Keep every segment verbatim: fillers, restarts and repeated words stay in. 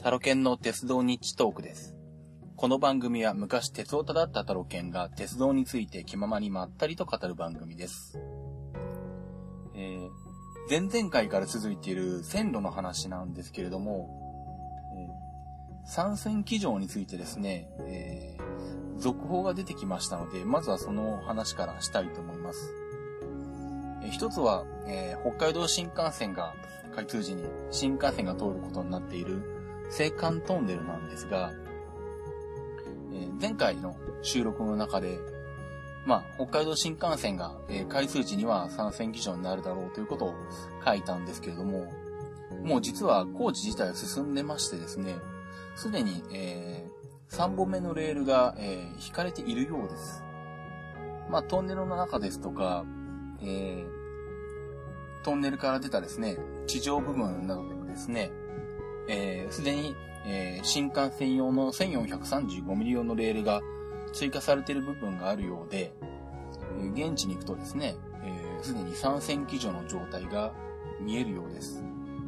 タロケンの鉄道日トークです。この番組は昔鉄オタだったタロケンが鉄道について気ままにまったりと語る番組です。えー、前々回から続いている線路の話なんですけれども、えー、三線機場についてですね、えー、続報が出てきましたので、まずはその話からしたいと思います。えー、一つは、えー、北海道新幹線が開通時に新幹線が通ることになっている青函トンネルなんですが、えー、前回の収録の中で、まあ、北海道新幹線が、えー、開通時には三線機場になるだろうということを書いたんですけれども、もう実は工事自体は進んでましてですね、すでに、えー、さんぼんめのレールが、えー、引かれているようです。まあ、トンネルの中ですとか、えー、トンネルから出たですね、地上部分などでもですね、えー、すでに、えー、新幹線用の せんよんひゃくさんじゅうごミリ 用のレールが追加されている部分があるようで、えー、現地に行くとですね、えー、すでに三線機場の状態が見えるようです。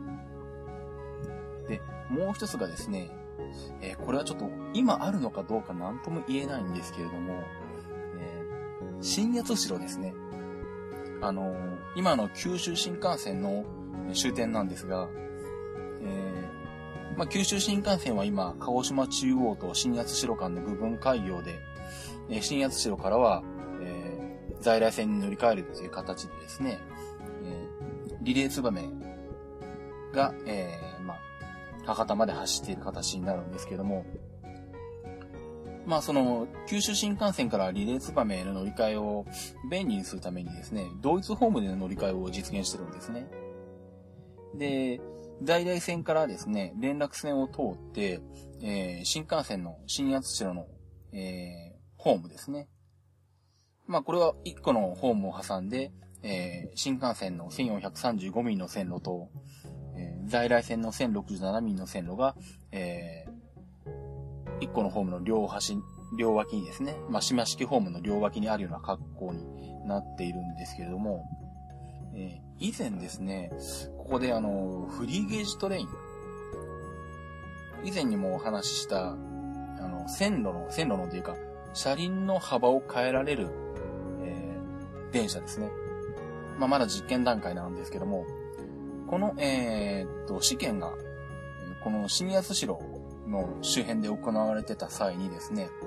で、もう一つがですね、えー、これはちょっと今あるのかどうかなんとも言えないんですけれども、えー、新八代ですね。あのー、今の九州新幹線の終点なんですが、えーまあ、九州新幹線は今、鹿児島中央と新八代間の部分開業で、えー、新八代からは、えー、在来線に乗り換えるという形でですね、えー、リレーツバメが、えー、まあ、博多まで走っている形になるんですけども、まあその、九州新幹線からリレーツバメの乗り換えを便利にするためにですね、同一ホームでの乗り換えを実現してるんですね。で、在来線からですね、連絡線を通って、えー、新幹線の新八代の、えー、ホームですね。まあこれはいっこのホームを挟んで、えー、新幹線の せんよんひゃくさんじゅうごミリ の線路と、えー、在来線の せんろくじゅうななミリ の線路が、えー、いっこのホームの両端、両脇にですね、まあ島式ホームの両脇にあるような格好になっているんですけれども、えー、以前ですね、ここであの、フリーゲージトレイン、以前にもお話しした、あの、線路の、線路のというか、車輪の幅を変えられる、えー、電車ですね。まあ、まだ実験段階なんですけども、この、えー、っと、試験が、この新八代の周辺で行われてた際にですね、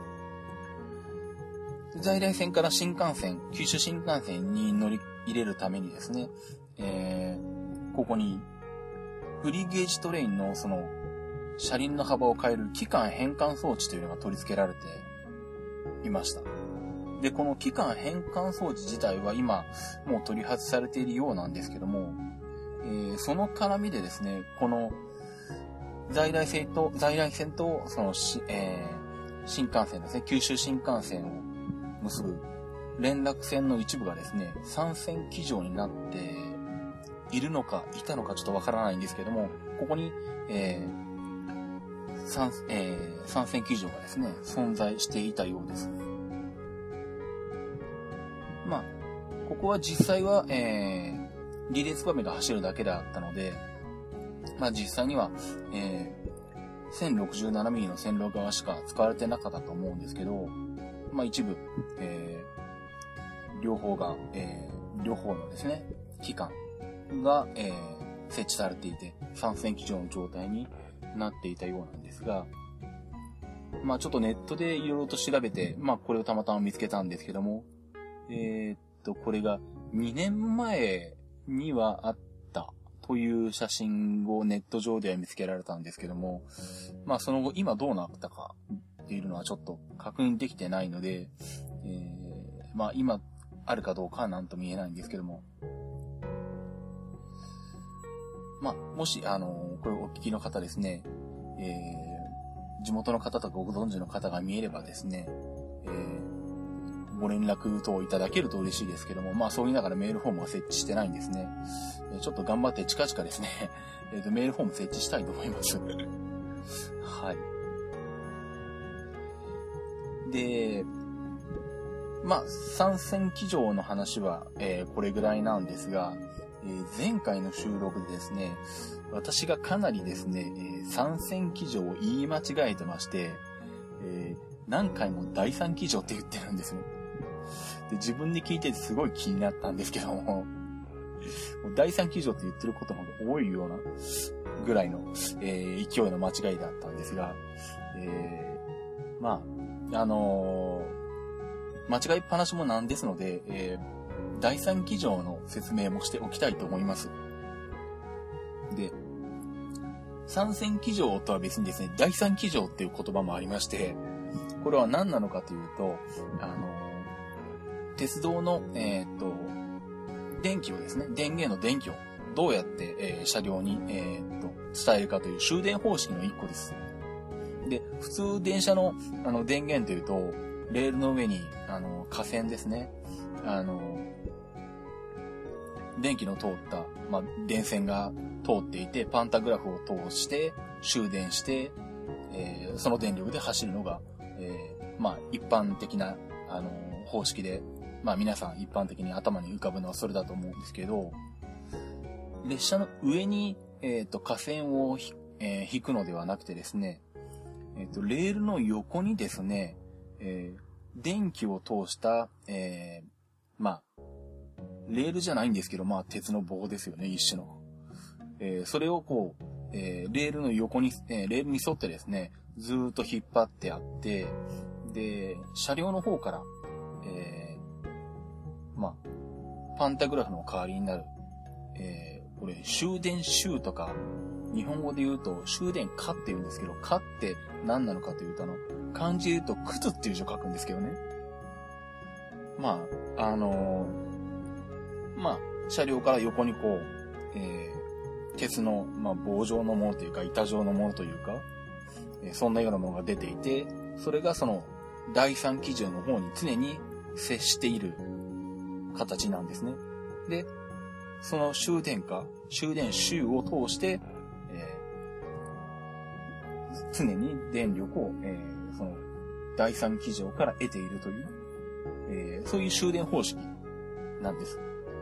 在来線から新幹線、九州新幹線に乗り入れるためにですね、えー、ここにフリーゲージトレインのその車輪の幅を変える期間変換装置というのが取り付けられていました。で、この期間変換装置自体は今もう取り外されているようなんですけども、えー、その絡みでですね、この在来線と、在来線とそのし、えー、新幹線ですね、九州新幹線を結ぶ連絡線の一部がですね、三線機場になっているのか、いたのかちょっとわからないんですけども、ここに、えー三えー、三線機場がですね、存在していたようです。まあ、ここは実際は、えー、リレーツバメが走るだけであったので、まあ実際には、えー、せんろくじゅうななミリ の線路側しか使われてなかったと思うんですけど、まあ一部、えー、両方が、えー、両方のですね、機関が、えー、設置されていて、三線機場の状態になっていたようなんですが、まあちょっとネットでいろいろと調べて、まあこれをたまたま見つけたんですけども、えー、っと、これがにねんまえにはあったという写真をネット上では見つけられたんですけども、まあその後今どうなったかっていうのはちょっと確認できてないので、えー、まあ今あるかどうかはなんとも言えないんですけども、まあもしあのこれをお聞きの方ですね、えー、地元の方とかご存知の方が見えればですね、えー、ご連絡等いただけると嬉しいですけども、まあそう言いながらメールフォームは設置してないんですね。ちょっと頑張って近々ですね、えーとメールフォーム設置したいと思います。はい。で、まあ、三線機場の話は、えー、これぐらいなんですが、 えー、前回の収録でですね、私がかなりですね、えー、三線騎乗を言い間違えてまして、えー、何回も第三騎乗って言ってるんですね。で、自分で聞いててすごい気になったんですけども、第三騎乗って言ってることの方が多いようなぐらいの、えー、勢いの間違いだったんですが、えー、まあ、あのー、間違いっぱなしもなんですので、えー、第三騎乗の説明もしておきたいと思います。で、三線騎乗とは別にですね、第三騎乗っていう言葉もありまして、これは何なのかというと、あのー、鉄道の、えー、っと、電気をですね、電源の電気をどうやって、えー、車両に、えー、っと伝えるかという終電方式の一個です。で、普通電車のあの電源というと、レールの上にあの架線ですね、あの電気の通った、まあ、電線が通っていて、パンタグラフを通して終電して、えー、その電力で走るのが、えー、まあ一般的なあの方式で、まあ皆さん一般的に頭に浮かぶのはそれだと思うんですけど、列車の上に、えっと、架線をひ、えー、引くのではなくてですね、えっと、レールの横にですね、えー、電気を通した、えー、まあ、レールじゃないんですけど、まあ、鉄の棒ですよね、一種の。えー、それをこう、えー、レールの横に、えー、レールに沿ってですね、ずーっと引っ張ってあって、で、車両の方から、えー、まあ、パンタグラフの代わりになる、えーこれ、終電終とか、日本語で言うと終電かって言うんですけど、かって何なのかというと、あの、漢字で言うと靴っていう字を書くんですけどね。まあ、あのー、まあ、車両から横にこう、えー、鉄の、まあ、棒状のものというか、板状のものというか、えー、そんなようなものが出ていて、それがその、第三基準の方に常に接している形なんですね。で、その終電か、終電終を通して、えー、常に電力を、えー、その第三基準から得ているという、えー、そういう終電方式なんです。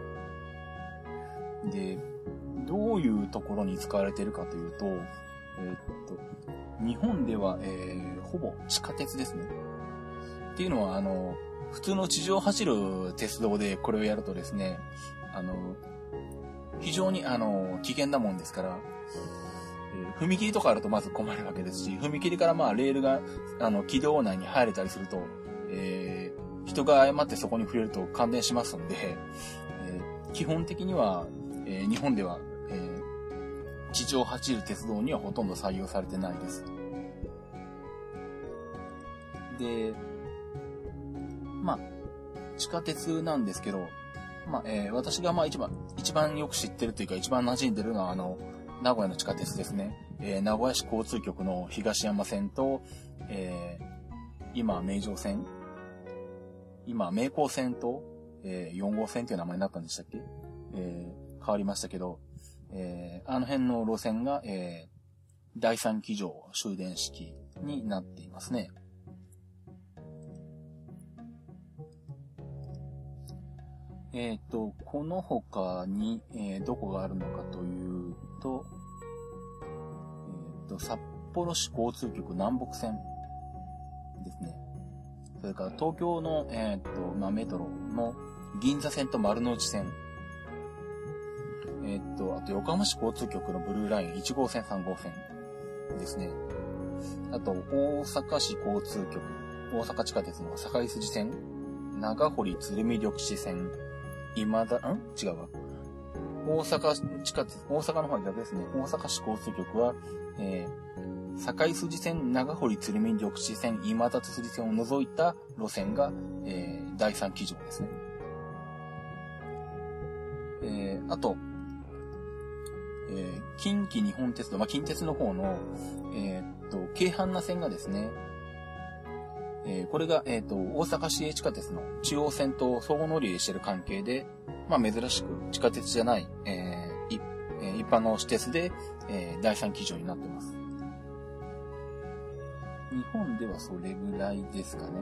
で、どういうところに使われているかというと、えー、っと日本では、えー、ほぼ地下鉄ですね。っていうのは、あの、普通の地上を走る鉄道でこれをやるとですね、あの、非常にあの危険なもんですから、えー、踏切とかあるとまず困るわけですし、踏切からまあレールがあの軌道内に入れたりすると、えー、人が誤ってそこに触れると感電しますので、えー、基本的には、えー、日本では、えー、地上を走る鉄道にはほとんど採用されてないです。で、まあ地下鉄なんですけど、まあ、えー、私がまあ一番、一番よく知ってるというか一番馴染んでるのはあの、名古屋の地下鉄ですね。えー、名古屋市交通局の東山線と、えー、今、名城線、今、名高線と、えー、よん号線という名前になったんでしたっけ、えー、変わりましたけど、えー、あの辺の路線が、えー、第三基準終電式になっていますね。えっと、この他に、えー、どこがあるのかというと、えっと、札幌市交通局南北線ですね。それから東京の、えっと、まあ、メトロの銀座線と丸の内線。えっと、あと横浜市交通局のブルーラインいち号線さん号線ですね。あと、大阪市交通局、大阪地下鉄の堺筋線、長堀鶴見緑地線、今だ、ん違うわ。大阪地下鉄、大阪の方は逆ですね。大阪市交通局は、えー、堺筋線、長堀鶴見緑地線、今立筋線を除いた路線が、えー、第三基準ですね。えー、あと、えー、近畿日本鉄道、まあ、近鉄の方の、えー、っと、京阪那線がですね、えー、これが、えっと、大阪市営地下鉄の中央線と相互乗り入れしている関係で、まあ、珍しく地下鉄じゃない、えー、一えー、一般の私鉄で、えー、第三基準になっています。日本ではそれぐらいですかね。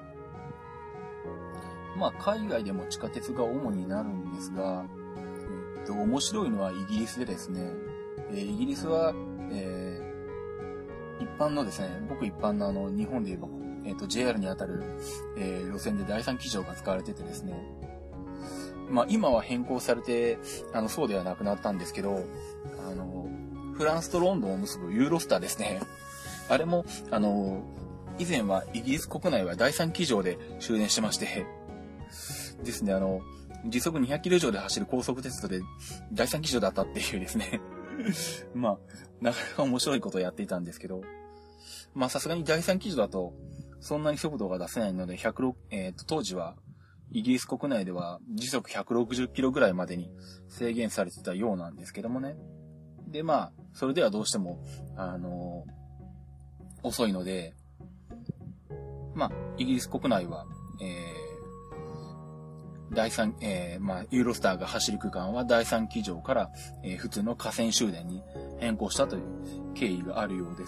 まあ、海外でも地下鉄が主になるんですが、えー、っと、面白いのはイギリスでですね、えー、イギリスは、えー、一般のですね、ごく一般のあの、日本で言えば、えー、っと、ジェイアール にあたる、えー、路線で第三機場が使われててですね、まあ、今は変更されて、あの、そうではなくなったんですけど、あの、フランスとロンドンを結ぶユーロスターですね。あれも、あの、以前はイギリス国内は第三機場で終電してまして、ですね、あの、時速にひゃくキロ以上で走る高速鉄道で第三機場だったっていうですね。まあ、なかなか面白いことをやっていたんですけど、まあさすがに第三機場だと、そんなに速度が出せないので、ひゃくろく、えっと、当時は、イギリス国内では時速ひゃくろくじゅっキロぐらいまでに制限されてたようなんですけどもね。で、まあ、それではどうしても、あのー、遅いので、まあ、イギリス国内は、えー、第三、えー、まあ、ユーロスターが走る区間は第三機場から、えー、普通の架線終電に変更したという経緯があるようです。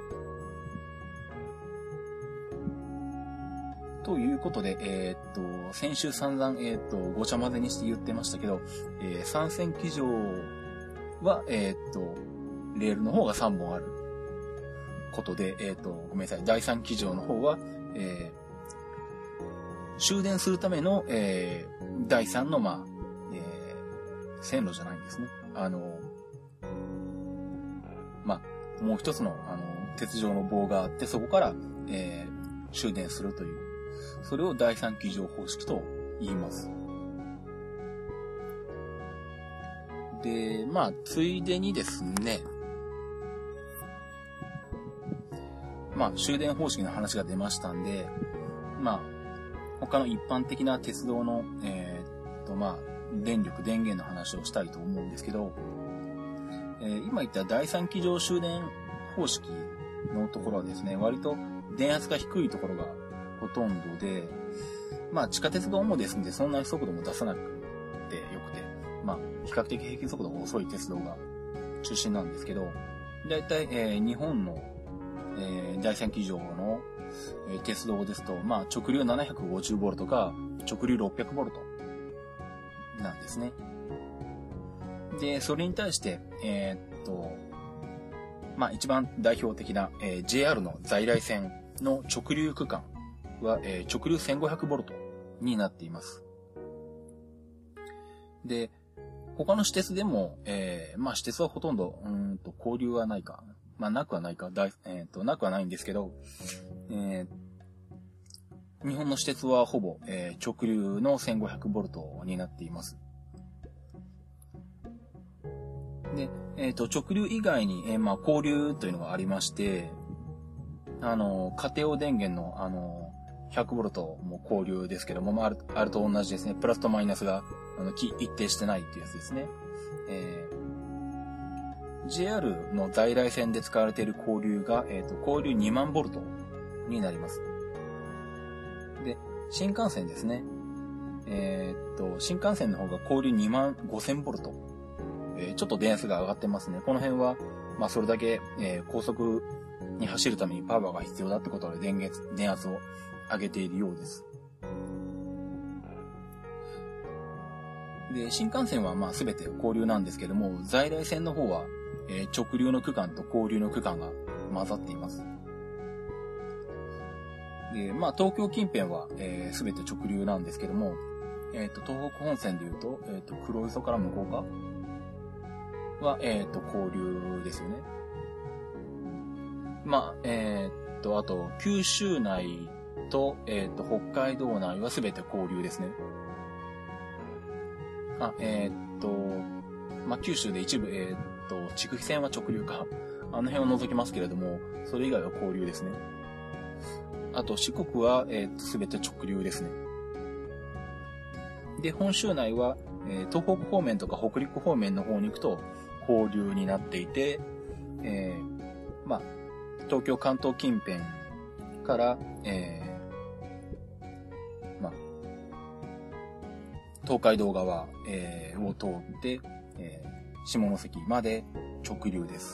ということで、えー、っと、先週散々、えー、っと、ごちゃ混ぜにして言ってましたけど、えー、三線機場は、えー、っと、レールの方がさんぼんあることで、えー、っと、ごめんなさい、第三機場の方は、えー、終電するための、えー、第三の、まあ、えー、線路じゃないんですね。あの、まあ、もう一つの、あの、鉄条の棒があって、そこから、えー、終電するという、それを第三機場方式と言います。で、まあ、ついでにですね、まあ、終電方式の話が出ましたんで、まあ、他の一般的な鉄道の、えー、っと、まあ、電力、電源の話をしたいと思うんですけど、えー、今言った第三機場終電方式のところはですね、割と電圧が低いところがほとんどで、まあ地下鉄が主ですんでそんなに速度も出さなくてよくて、まあ比較的平均速度が遅い鉄道が中心なんですけど、だいたい、えー、日本の、えー、第三機場の、えー、鉄道ですと、まあ直流 ななひゃくごじゅうボルト か直流 ろっぴゃくボルト なんですね。で、それに対して、えー、っと、まあ一番代表的な、えー、ジェイアール の在来線の直流区間は、えー、直流 せんごひゃくボルト になっています。で、他の私鉄でも、えー、まあ私鉄はほとんど、うーんと、交流はないか。まあなくはないか、だいえー、と、なくはないんですけど、えー、日本の私鉄はほぼ、えー、直流の せんごひゃくボルト になっています。で、えっと、直流以外に、えー、まあ交流というのがありまして、あの、家庭用電源の、あの、ひゃくボルト も交流ですけども、まあ、ある、あると同じですね。プラスとマイナスが、あの、一定してないっていうやつですね。えー、ジェイアール の在来線で使われている交流が、えっと、交流にまんボルトになります。で、新幹線ですね。えー、っと、新幹線の方が交流にまんごせんボルト。えー、ちょっと電圧が上がってますね。この辺は、まあ、それだけ、えー、高速に走るためにパワーが必要だってことで電源、電圧を上げているようです。で、新幹線はまあ全て交流なんですけども、在来線の方は、えー、直流の区間と交流の区間が混ざっています。で、まあ東京近辺は、えー、全て直流なんですけども、えっと、東北本線で言うと、えっと、黒磯から向こうかは、えっと、交流ですよね。まあ、えー、っと、あと、九州内と、えー、っと、北海道内はすべて交流ですね。あ、えー、っと、まあ、九州で一部、えー、っと、筑肥線は直流か。あの辺を除きますけれども、それ以外は交流ですね。あと、四国は、えー、っと、すべて直流ですね。で、本州内は、えー、東北方面とか北陸方面の方に行くと、交流になっていて、えー、まあ、東京関東近辺から、えー、まあ、東海道側、えー、を通って、えー、下関まで直流です。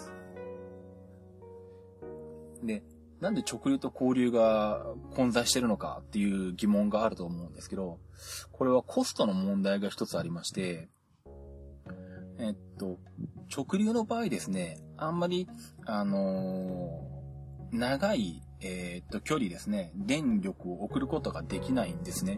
で、なんで直流と交流が混在してるのかっていう疑問があると思うんですけど、これはコストの問題が一つありまして、 えっと、直流の場合ですね、あんまり、あのー、長い、えー、っと、距離ですね、電力を送ることができないんですね。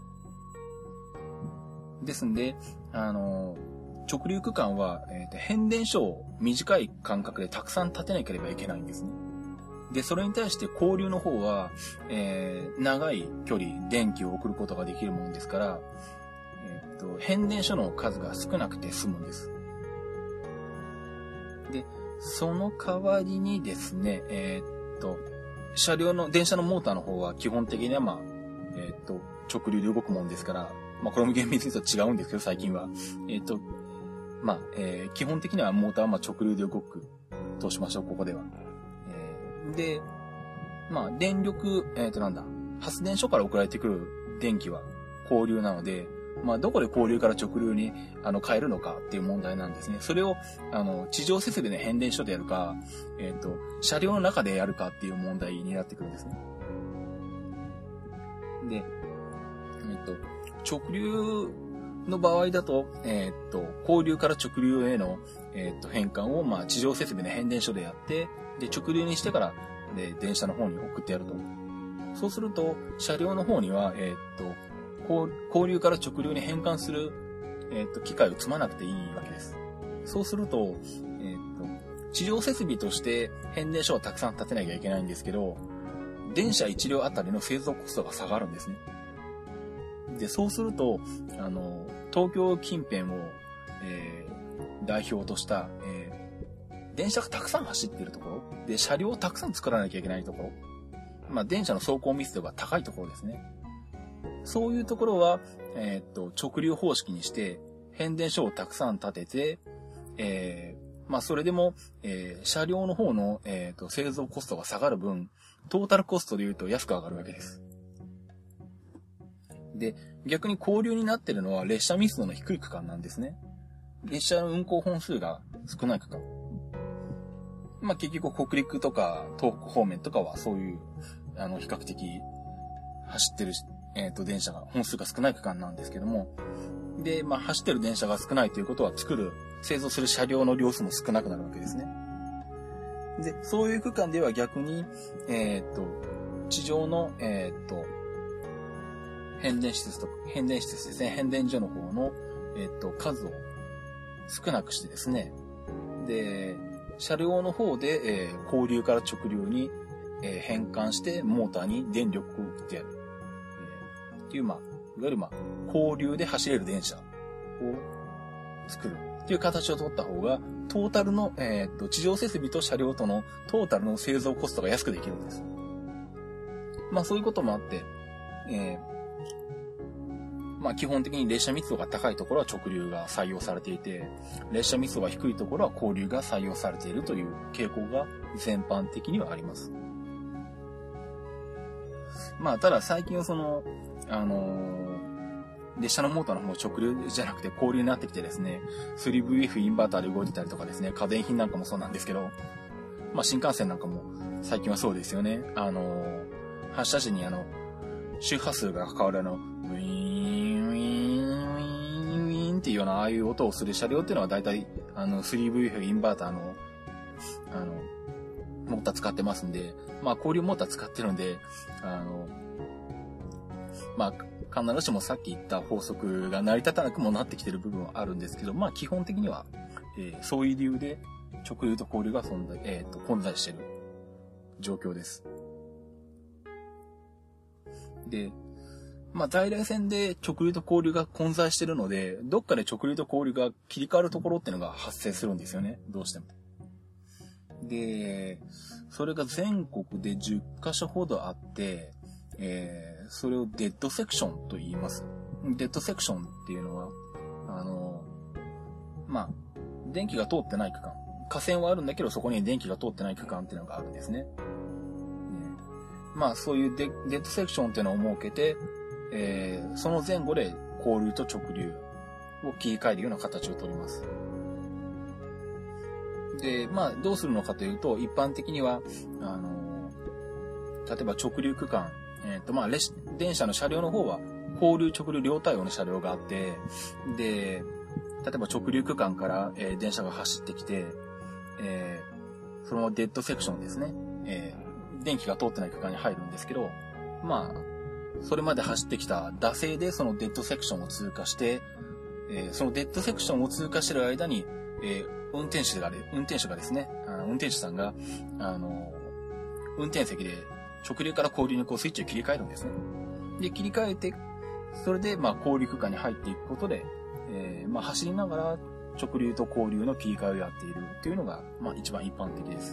ですんで、あのー、直流区間は、えー、と変電所を短い間隔でたくさん建てなければいけないんですね。で、それに対して交流の方は、えー、長い距離、電気を送ることができるものですから、えー、と変電所の数が少なくて済むんです。で、その代わりにですね、えー、っと、車両の、電車のモーターの方は基本的には、まあ、えー、っと、直流で動くもんですから、まあ、これも厳密に言うと違うんですけど、最近は。えー、っと、まあ、えー、基本的にはモーターはまあ直流で動くとしましょう、ここでは。えー、で、まあ、電力、えー、っと、なんだ、発電所から送られてくる電気は交流なので、まあ、どこで交流から直流に、あの、変えるのかっていう問題なんですね。それを、あの、地上設備で変電所でやるか、えっと、車両の中でやるかっていう問題になってくるんですね。で、えっと、直流の場合だと、えっと、交流から直流への、えっと、変換を、まあ、地上設備で変電所でやって、で、直流にしてから、で、電車の方に送ってやると。そうすると、車両の方には、えっと、交流から直流に変換する、えっと、機械を積まなくていいわけです。そうすると、えっと、地上設備として変電所をたくさん建てなきゃいけないんですけど、電車いち両あたりの製造コストが下がるんですね。で、そうすると、あの、東京近辺を、えー、代表とした、えー、電車がたくさん走っているところ、で、車両をたくさん作らなきゃいけないところ、まあ、電車の走行密度が高いところですね。そういうところは、えー、っと、直流方式にして、変電所をたくさん建てて、えー、まあ、それでも、えー、車両の方の、えー、っと、製造コストが下がる分、トータルコストで言うと安く上がるわけです。で、逆に交流になっているのは列車密度の低い区間なんですね。列車の運行本数が少ない区間。まあ、結局北陸とか東北方面とかはそういう、あの、比較的走ってるえっと、電車が、本数が少ない区間なんですけども、で、まあ、走ってる電車が少ないということは、作る、製造する車両の量数も少なくなるわけですね。で、そういう区間では逆に、えっと、地上の、えっと、変電施設とか、変電施設ですね、変電所の方の、えっと、数を少なくしてですね、で、車両の方で、えー、交流から直流に、えー、変換して、モーターに電力を送ってやる。っていう、まあ、いわゆるまあ、交流で走れる電車を作るっていう形を取った方が、トータルの、えっと、地上設備と車両とのトータルの製造コストが安くできるんです。まあ、そういうこともあって、えー、まあ、基本的に列車密度が高いところは直流が採用されていて、列車密度が低いところは交流が採用されているという傾向が全般的にはあります。まあ、ただ最近はその、あのー、列車のモーターの方も直流じゃなくて交流になってきてですね、スリーブイエフ インバーターで動いてたりとかですね、家電品なんかもそうなんですけど、まあ新幹線なんかも最近はそうですよね。あのー、発車時にあの、周波数が関わるあの、ウィーン、ウィーン、ウィーン、ウィーンっていうようなああいう音をする車両っていうのは大体、あの、スリーブイエフ インバーターの、あの、モーター使ってますんで、まあ交流モーター使ってるんで、あの、まあ、必ずしもさっき言った法則が成り立たなくもなってきてる部分はあるんですけど、まあ基本的には、えー、そういう理由で直流と交流が存在、えー、と混在している状況です。で、まあ在来線で直流と交流が混在しているので、どっかで直流と交流が切り替わるところっていうのが発生するんですよね、どうしても。で、それが全国でじゅっカ所ほどあって、えー、それをデッドセクションと言います。デッドセクションっていうのは、あの、まあ、電気が通ってない区間。架線はあるんだけど、そこに電気が通ってない区間っていうのがあるんですね。ね、まあ、そういうデ、デッドセクションっていうのを設けて、えー、その前後で交流と直流を切り替えるような形をとります。で、まあ、どうするのかというと、一般的には、あの、例えば直流区間、えっと、まあ、列、電車の車両の方は、交流直流両対応の車両があって、で、 例えば直流区間から、えー、電車が走ってきて、えー、そのデッドセクションですね、えー、電気が通ってない区間に入るんですけど、まあ、それまで走ってきた惰性でそのデッドセクションを通過して、えー、そのデッドセクションを通過している間に、えー、運転手が、運転手がですね、あの運転手さんが、あの、運転席で直流から交流にこうスイッチを切り替えるんですね。で、切り替えて、それで、まあ、交流区間に入っていくことで、えー、まあ、走りながら直流と交流の切り替えをやっているっていうのが、まあ、一番一般的です。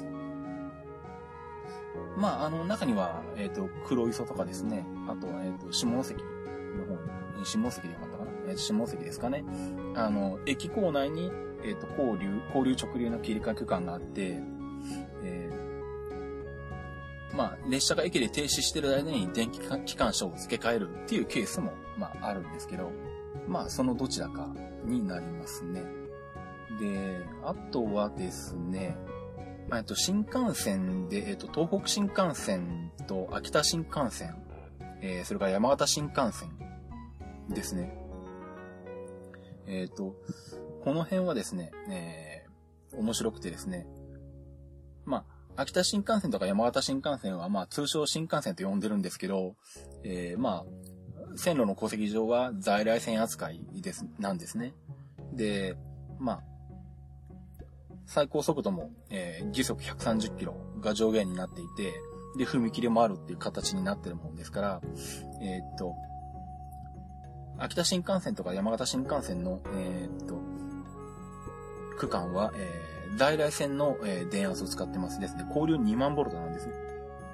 まあ、あの、中には、えっと、黒磯とかですね、あとは、えっと、下関の方に、下関でよかったかな、えっと、下関ですかね。あの、駅構内に、えっと、交流、交流直流の切り替え区間があって、えー、まあ、列車が駅で停止している間に電気機関車を付け替えるっていうケースも、まあ、あるんですけど、まあ、そのどちらかになりますね。で、あとはですね、えっと、新幹線で、えっと、東北新幹線と秋田新幹線、えー、それから山形新幹線ですね。えっと、この辺はですね、えー、面白くてですね、まあ、秋田新幹線とか山形新幹線は、まあ、通称新幹線と呼んでるんですけど、えー、まあ、線路の功績上は在来線扱いです、なんですね。で、まあ、最高速度も、えー、時速ひゃくさんじゅっキロが上限になっていて、で、踏切もあるっていう形になってるもんですから、えー、っと、秋田新幹線とか山形新幹線の、えー、っと、区間は、えー、在来線の、えー、電圧を使ってますですね。交流にまんボルトなんですね。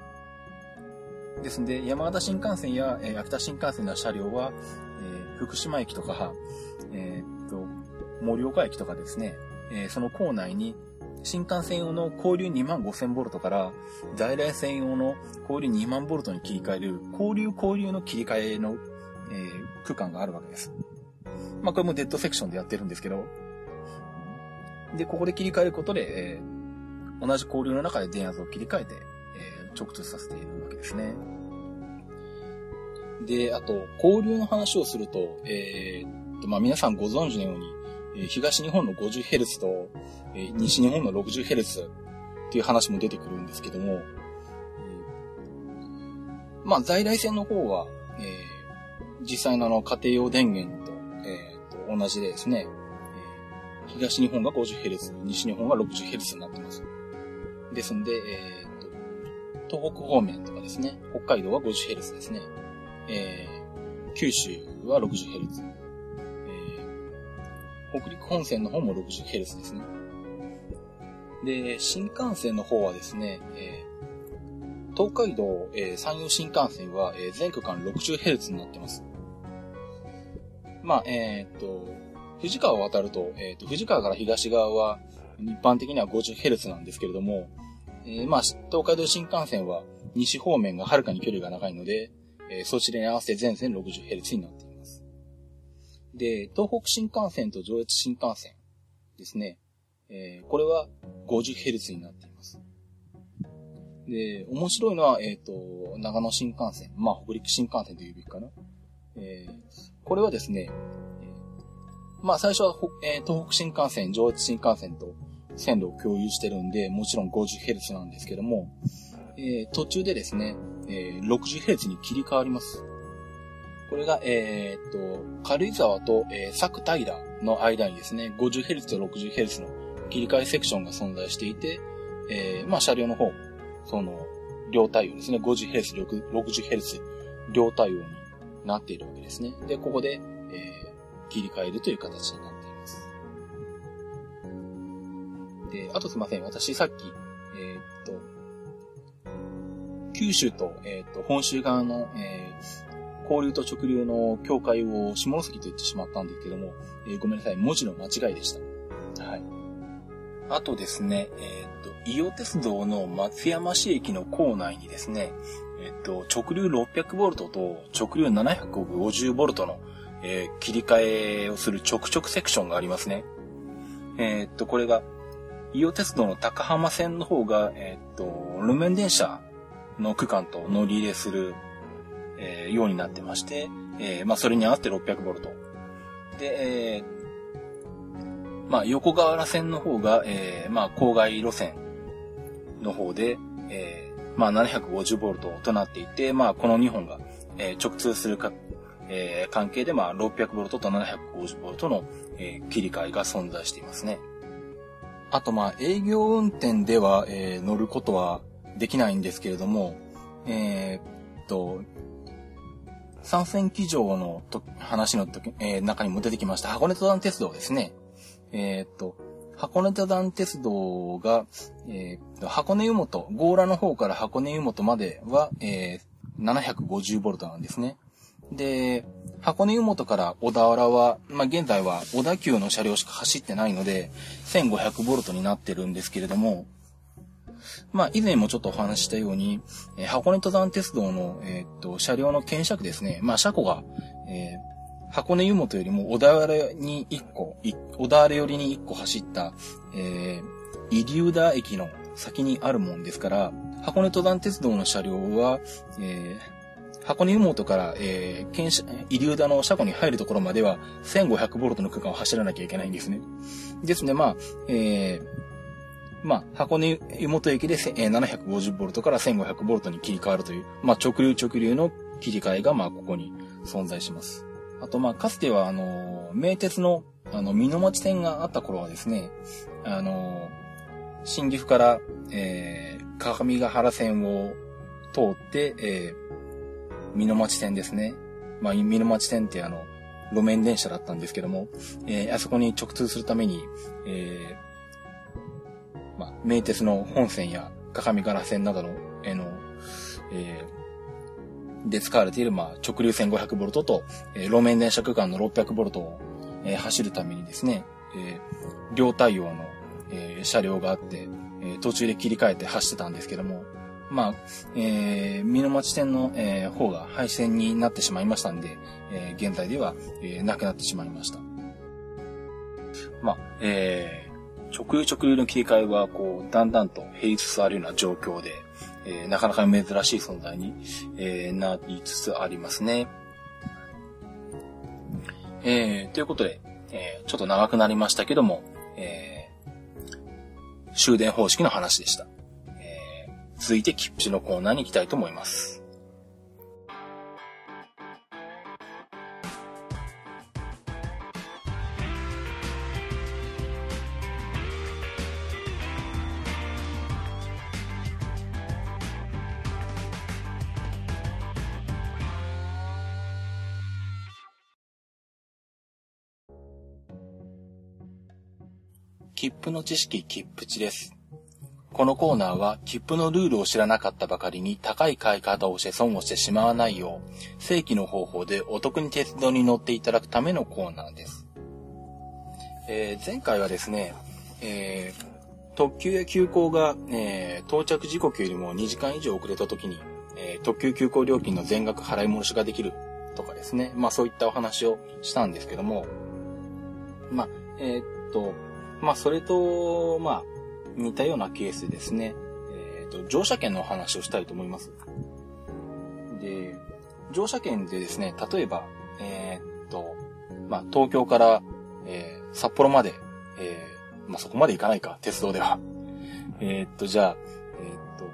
ですので、山形新幹線や、えー、秋田新幹線の車両は、えー、福島駅とか、えー、っと、盛岡駅とかですね、えー、その構内に新幹線用の交流にまんごせんボルトから在来線用の交流にまんボルトに切り替える交流交流の切り替えの、えー、区間があるわけです。まあこれもデッドセクションでやってるんですけど、で、ここで切り替えることで、えー、同じ交流の中で電圧を切り替えて、えー、直通させているわけですね。で、あと、交流の話をすると、えー、と、まあ皆さんご存知のように、東日本の ごじゅうヘルツ と西日本の ろくじゅうヘルツ っていう話も出てくるんですけども、まあ在来線の方は、えー、実際のあの家庭用電源と、えー、と同じでですね、えー、東日本が ごじゅうヘルツ、西日本が ろくじゅうヘルツ になってます。ですんで、えー、と東北方面とかですね、北海道は ごじゅうヘルツ ですね、えー、九州は ろくじゅうヘルツ。北陸本線の方も ろくじゅうヘルツ ですね。で、新幹線の方はですね、えー、東海道、えー、山陽新幹線は、えー、全区間 ろくじゅうヘルツ になってます。まあ、えー、っと、富士川を渡ると、えー、っと、富士川から東側は一般的には ごじゅうヘルツ なんですけれども、えー、まあ、東海道新幹線は西方面がはるかに距離が長いので、えー、そちらに合わせて全線 ろくじゅうヘルツ になっています。で、東北新幹線と上越新幹線ですね。えー、これは ごじゅうヘルツ になっています。で、面白いのは、えっと、長野新幹線、まあ、北陸新幹線というべきかな。えー、これはですね、えー、まあ、最初は、えー、東北新幹線、上越新幹線と線路を共有してるんで、もちろん ごじゅうヘルツ なんですけども、えー、途中でですね、えー、ろくじゅうヘルツ に切り替わります。これが、えー、っと、軽井沢と、えー、佐久平の間にですね、ごじゅうヘルツ と ろくじゅうヘルツ の切り替えセクションが存在していて、えー、まあ車両の方、その、両対応ですね、ごじゅうヘルツ、ろくじゅうヘルツ、両対応になっているわけですね。で、ここで、えー、切り替えるという形になっています。で、あとすいません、私さっき、えー、っと、九州と、えー、っと、本州側の、えー交流と直流の境界を下関と言ってしまったんですけども、えー、ごめんなさい、文字の間違いでした。はい。あとですね、えっと、伊予鉄道の松山市駅の構内にですね、えっと、直流ろっぴゃくボルトと直流ななひゃくごじゅうボルトの、えー、切り替えをする直直セクションがありますね。えっと、これが、伊予鉄道の高浜線の方が、えっと、路面電車の区間と乗り入れする、えー、ようになってまして、えー、まあ、それに合わせてろっぴゃくボルト。で、えー、 まあ、横河原線の方が、えー、まあ、郊外路線の方で、えー、まあ、ななひゃくごじゅうボルトとなっていて、まあ、このにほんが、えー、直通するか、えー、関係で、まあ、ろっぴゃくボルトとななひゃくごじゅうボルトの、えー、切り替えが存在していますね。あと、まあ、営業運転では、えー、乗ることはできないんですけれども、えー、っと、三線機場のと話のと、えー、中にも出てきました箱根登山鉄道ですね。えー、っと、箱根登山鉄道が、えー、箱根湯本、強羅の方から箱根湯本までは、えー、ななひゃくごじゅうボルトなんですね。で、箱根湯本から小田原は、まあ、現在は小田急の車両しか走ってないので、せんごひゃくボルトになってるんですけれども、まあ、以前もちょっとお話ししたように、えー、箱根登山鉄道の、えー、っと、車両の検車区ですね。まあ、車庫が、えー、箱根湯本よりも小田原にいっこ、小田原寄りにいっこ走った、えー、入生田駅の先にあるもんですから、箱根登山鉄道の車両は、えー、箱根湯本から、えー、検車、入生田の車庫に入るところまでは、せんごひゃくボルトの区間を走らなきゃいけないんですね。ですね、まあ、えー、まあ、箱根湯本駅でななひゃくごじゅうボルトからせんごひゃくボルトに切り替わるという、まあ、直流直流の切り替えが、まあ、ここに存在します。あと、まあ、かつては、あの、名鉄の、あの、美濃町線があった頃はですね、あの、新岐阜から、えー、各務原線を通って、えー、美濃町線ですね。まあ、美濃町線ってあの、路面電車だったんですけども、えー、あそこに直通するために、えー、まあ、名鉄の本線や各務原線などの、えー、の、えー、で使われている、まあ、直流せんごひゃくボルトと、えー、路面電車区間のろっぴゃくボルトを、えー、走るためにですね、えー、両対応の、えー、車両があって、えー、途中で切り替えて走ってたんですけども、まあ、えー、美濃町線の、えー、方が廃線になってしまいましたんで、えー、現在では、えー、なくなってしまいました。まあ、えー、直流直流の切り替えは、こう、だんだんと減りつつあるような状況で、えー、なかなか珍しい存在に、えー、なりつつありますね。えー、ということで、えー、ちょっと長くなりましたけども、えー、終電方式の話でした。えー、続いて切符のコーナーに行きたいと思います。切符の知識切符値です。このコーナーは切符のルールを知らなかったばかりに高い買い方をして損をしてしまわないよう正規の方法でお得に鉄道に乗っていただくためのコーナーです。えー、前回はですね、えー、特急や急行が、えー、到着時刻よりもにじかん以上遅れた時に、えー、特急急行料金の全額払い戻しができるとかですね、まあそういったお話をしたんですけども、まあ、えー、っと、まあ、それと、まあ、似たようなケースでですね、えっと、乗車券のお話をしたいと思います。で、乗車券でですね、例えば、えー、っと、まあ、東京から、えー、札幌まで、えー、まあ、そこまで行かないか、鉄道では。えー、っと、じゃあ、えー、っと、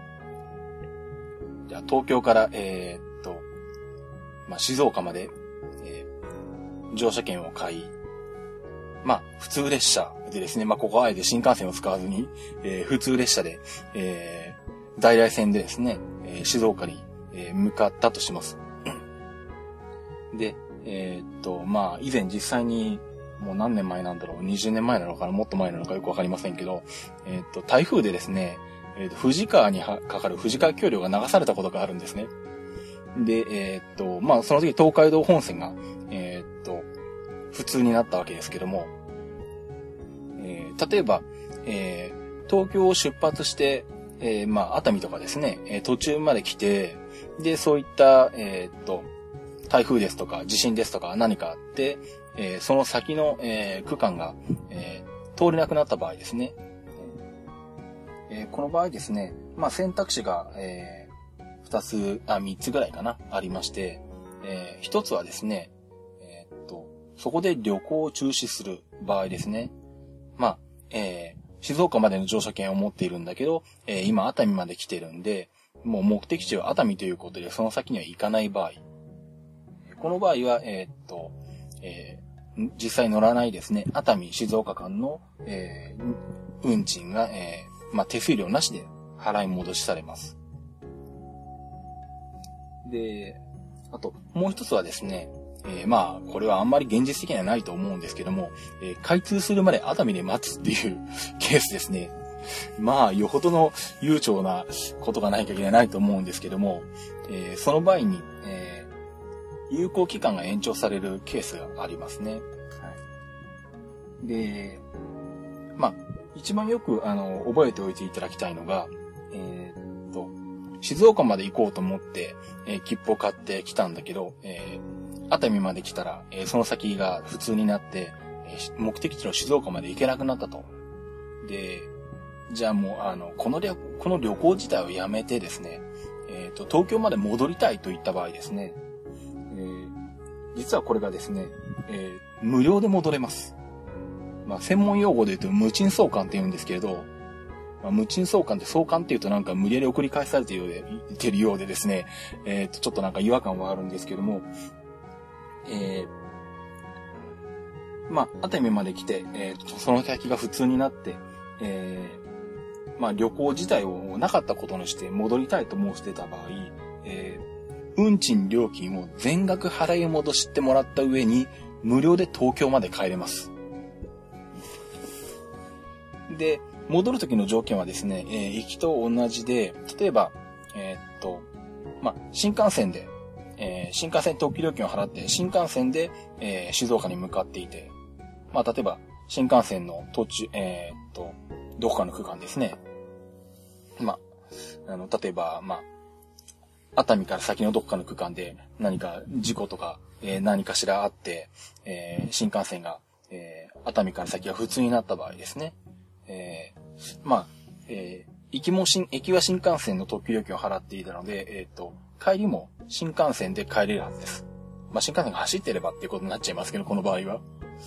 じゃあ、東京から、えー、っと、まあ、静岡まで、えー、乗車券を買い、まあ、普通列車でですね、まあ、ここはあえて新幹線を使わずに、えー、普通列車で、えー、在来線でですね、えー、静岡に、えー、向かったとします。で、えー、っと、まあ、以前実際に、もう何年前なんだろう、にじゅうねんまえなのかな、もっと前なのかよくわかりませんけど、えー、っと、台風でですね、えー、っと、富士川にかかる富士川橋梁が流されたことがあるんですね。で、えー、っと、まあ、その時東海道本線が、えー、っと、普通になったわけですけども、えー、例えば、えー、東京を出発して、えー、まあ、熱海とかですね、えー、途中まで来て、で、そういった、えー、っと、台風ですとか、地震ですとか何かあって、えー、その先の、えー、区間が、えー、通れなくなった場合ですね。えー、この場合ですね、まあ、選択肢が、えー、二つ、あ、三つぐらいかな、ありまして、えー、一つはですね、そこで旅行を中止する場合ですね。 えー、静岡までの乗車券を持っているんだけど、えー、今熱海まで来てるんで、もう目的地は熱海ということで、その先には行かない場合。この場合は、えー、っと、えー、実際乗らないですね、熱海静岡間の、えー、運賃が、えー、まあ、手数料なしで払い戻しされます。で、あと、もう一つはですね、えー、まあ、これはあんまり現実的にはないと思うんですけども、えー、開通するまで熱海で待つっていうケースですね。まあ、よほどの悠長なことがない限りはないと思うんですけども、えー、その場合に、えー、有効期間が延長されるケースがありますね。はい、で、まあ、一番よく、あの、覚えておいていただきたいのが、えー、っと、静岡まで行こうと思って、えー、切符を買ってきたんだけど、えー、熱海まで来たら、えー、その先が普通になって、えー、目的地の静岡まで行けなくなったと。で、じゃあもう、あの、この旅、この旅行自体をやめてですね、えっと、東京まで戻りたいといった場合ですね、えー、実はこれがですね、えー、無料で戻れます。まあ、専門用語で言うと無賃送還って言うんですけれど、まあ、無賃送還って送還って言うとなんか無理やり送り返されているようで、言ってるようでですね、えっと、ちょっとなんか違和感はあるんですけども、えー、まあ、熱海まで来て、えー、その先が普通になって、えー、まあ、旅行自体をなかったことにして戻りたいと申してた場合、えー、運賃料金を全額払い戻してもらった上に、無料で東京まで帰れます。で、戻る時の条件はですね、えー、行きと同じで、例えば、えー、っと、まあ、新幹線で、えー、新幹線特急料金を払って、新幹線で、えー、静岡に向かっていて、まあ、例えば、新幹線の途中、えー、っと、どこかの区間ですね。まあ、あの、例えば、まあ、熱海から先のどこかの区間で何か事故とか、えー、何かしらあって、えー、新幹線が、えー、熱海から先が普通になった場合ですね。えー、まあ、えー、行きも新、駅は新幹線の特急料金を払っていたので、えっと、帰りも新幹線で帰れるはずです。まあ、新幹線が走ってればっていうことになっちゃいますけど、この場合は。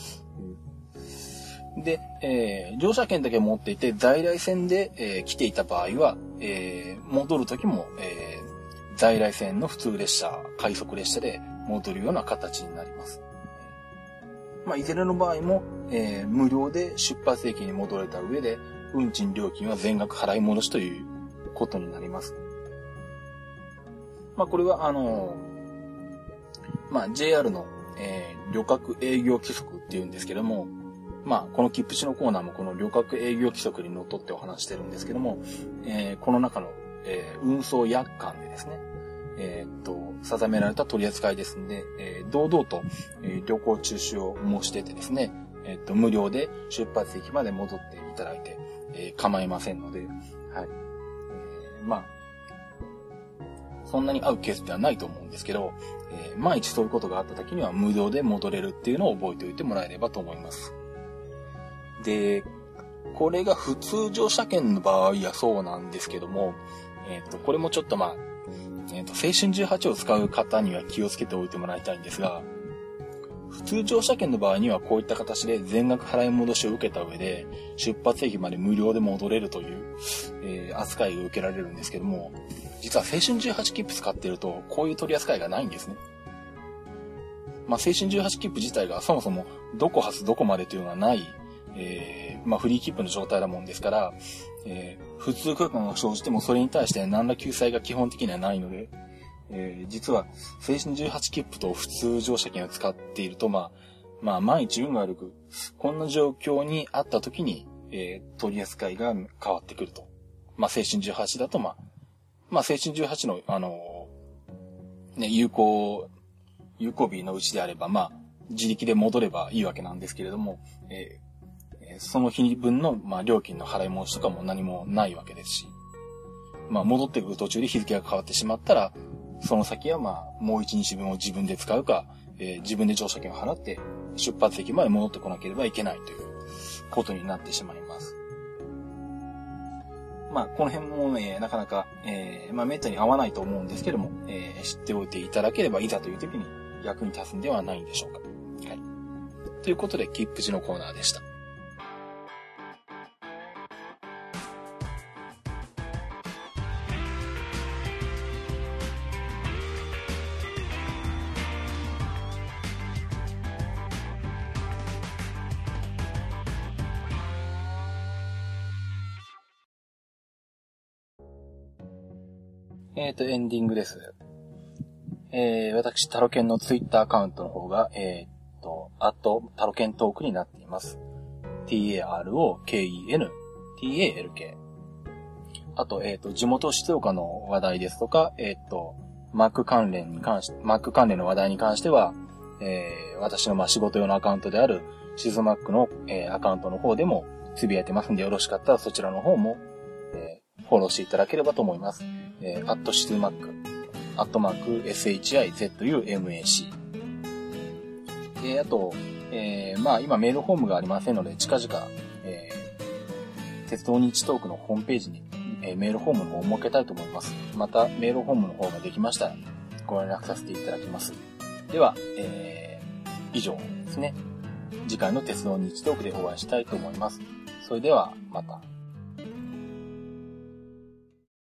で、えー、乗車券だけ持っていて、在来線で、えー、来ていた場合は、えー、戻るときも、えー、在来線の普通列車、快速列車で戻るような形になります。まあ、いずれの場合も、えー、無料で出発駅に戻れた上で、運賃料金は全額払い戻しということになります。まあ、これは、あのー、まあ、ジェイアール の、えー、旅客営業規則っていうんですけども、まあ、この切符地のコーナーもこの旅客営業規則にのっとってお話してるんですけども、えー、この中の、えー、運送約款でですね、えー、っと、定められた取り扱いですので、えー、堂々と、えー、旅行中止を申し出てですね、えー、っと、無料で出発駅まで戻っていただいて、えー、構いませんので、はい。えー、まあ、そんなに合うケースではないと思うんですけど、えー、万一そういうことがあった時には無料で戻れるっていうのを覚えておいてもらえればと思います。で、これが普通乗車券の場合はそうなんですけども、えっと、これもちょっとまあ、えっと、青春じゅうはちを使う方には気をつけておいてもらいたいんですが、普通乗車券の場合にはこういった形で全額払い戻しを受けた上で、出発駅まで無料で戻れるという、えー、扱いを受けられるんですけども、実は青春じゅうはち切符使ってると、こういう取り扱いがないんですね。まあ、青春じゅうはち切符自体がそもそもどこ発どこまでというのはない、えー、まあ、フリー切符の状態なもんですから、えー、普通区間が生じてもそれに対して何ら救済が基本的にはないので、えー、実は青春じゅうはち切符と普通乗車券を使っていると、まあ、まあ、万一運が悪く、こんな状況にあった時に、えー、取り扱いが変わってくると。まあ、青春じゅうはちだと、まあ、まあ、青春じゅうはちの、あのー、ね、有効、有効日のうちであれば、まあ、自力で戻ればいいわけなんですけれども、えーその日分の、まあ、料金の払い戻しとかも何もないわけですし、まあ、戻ってくる途中で日付が変わってしまったら、その先はまあ、もう一日分を自分で使うか、えー、自分で乗車券を払って出発駅まで戻ってこなければいけないということになってしまいます。まあ、この辺もね、なかなか、えー、まあ、めったに合わないと思うんですけども、えー、知っておいていただければいざという時に役に立つんではないんではないでしょうか。はい。ということで、切符地のコーナーでした。 えっと、エンディングです。えー、私、タロケンのツイッターアカウントの方が、えー、っと、あと、タロケントークになっています。ティーエーアールオーケーイーエヌティーエーエルケー。あと、えっと、地元静岡の話題ですとか、えっと、Mac 関連に関し、Mac 関連の話題に関しては、えー、私のまあ仕事用のアカウントであるシズマックの、えー、アカウントの方でもつぶやいてますんで、よろしかったらそちらの方も、えー、フォローしていただければと思います。えー、アットシズマック、アットマーク、シズマック。えー、あと、えー、まあ今メールフォームがありませんので、近々、えー、鉄道日トークのホームページに、えー、メールフォームの方を設けたいと思います。また、メールフォームの方ができましたら、ご連絡させていただきます。では、えー、以上ですね。次回の鉄道日トークでお会いしたいと思います。それでは、また。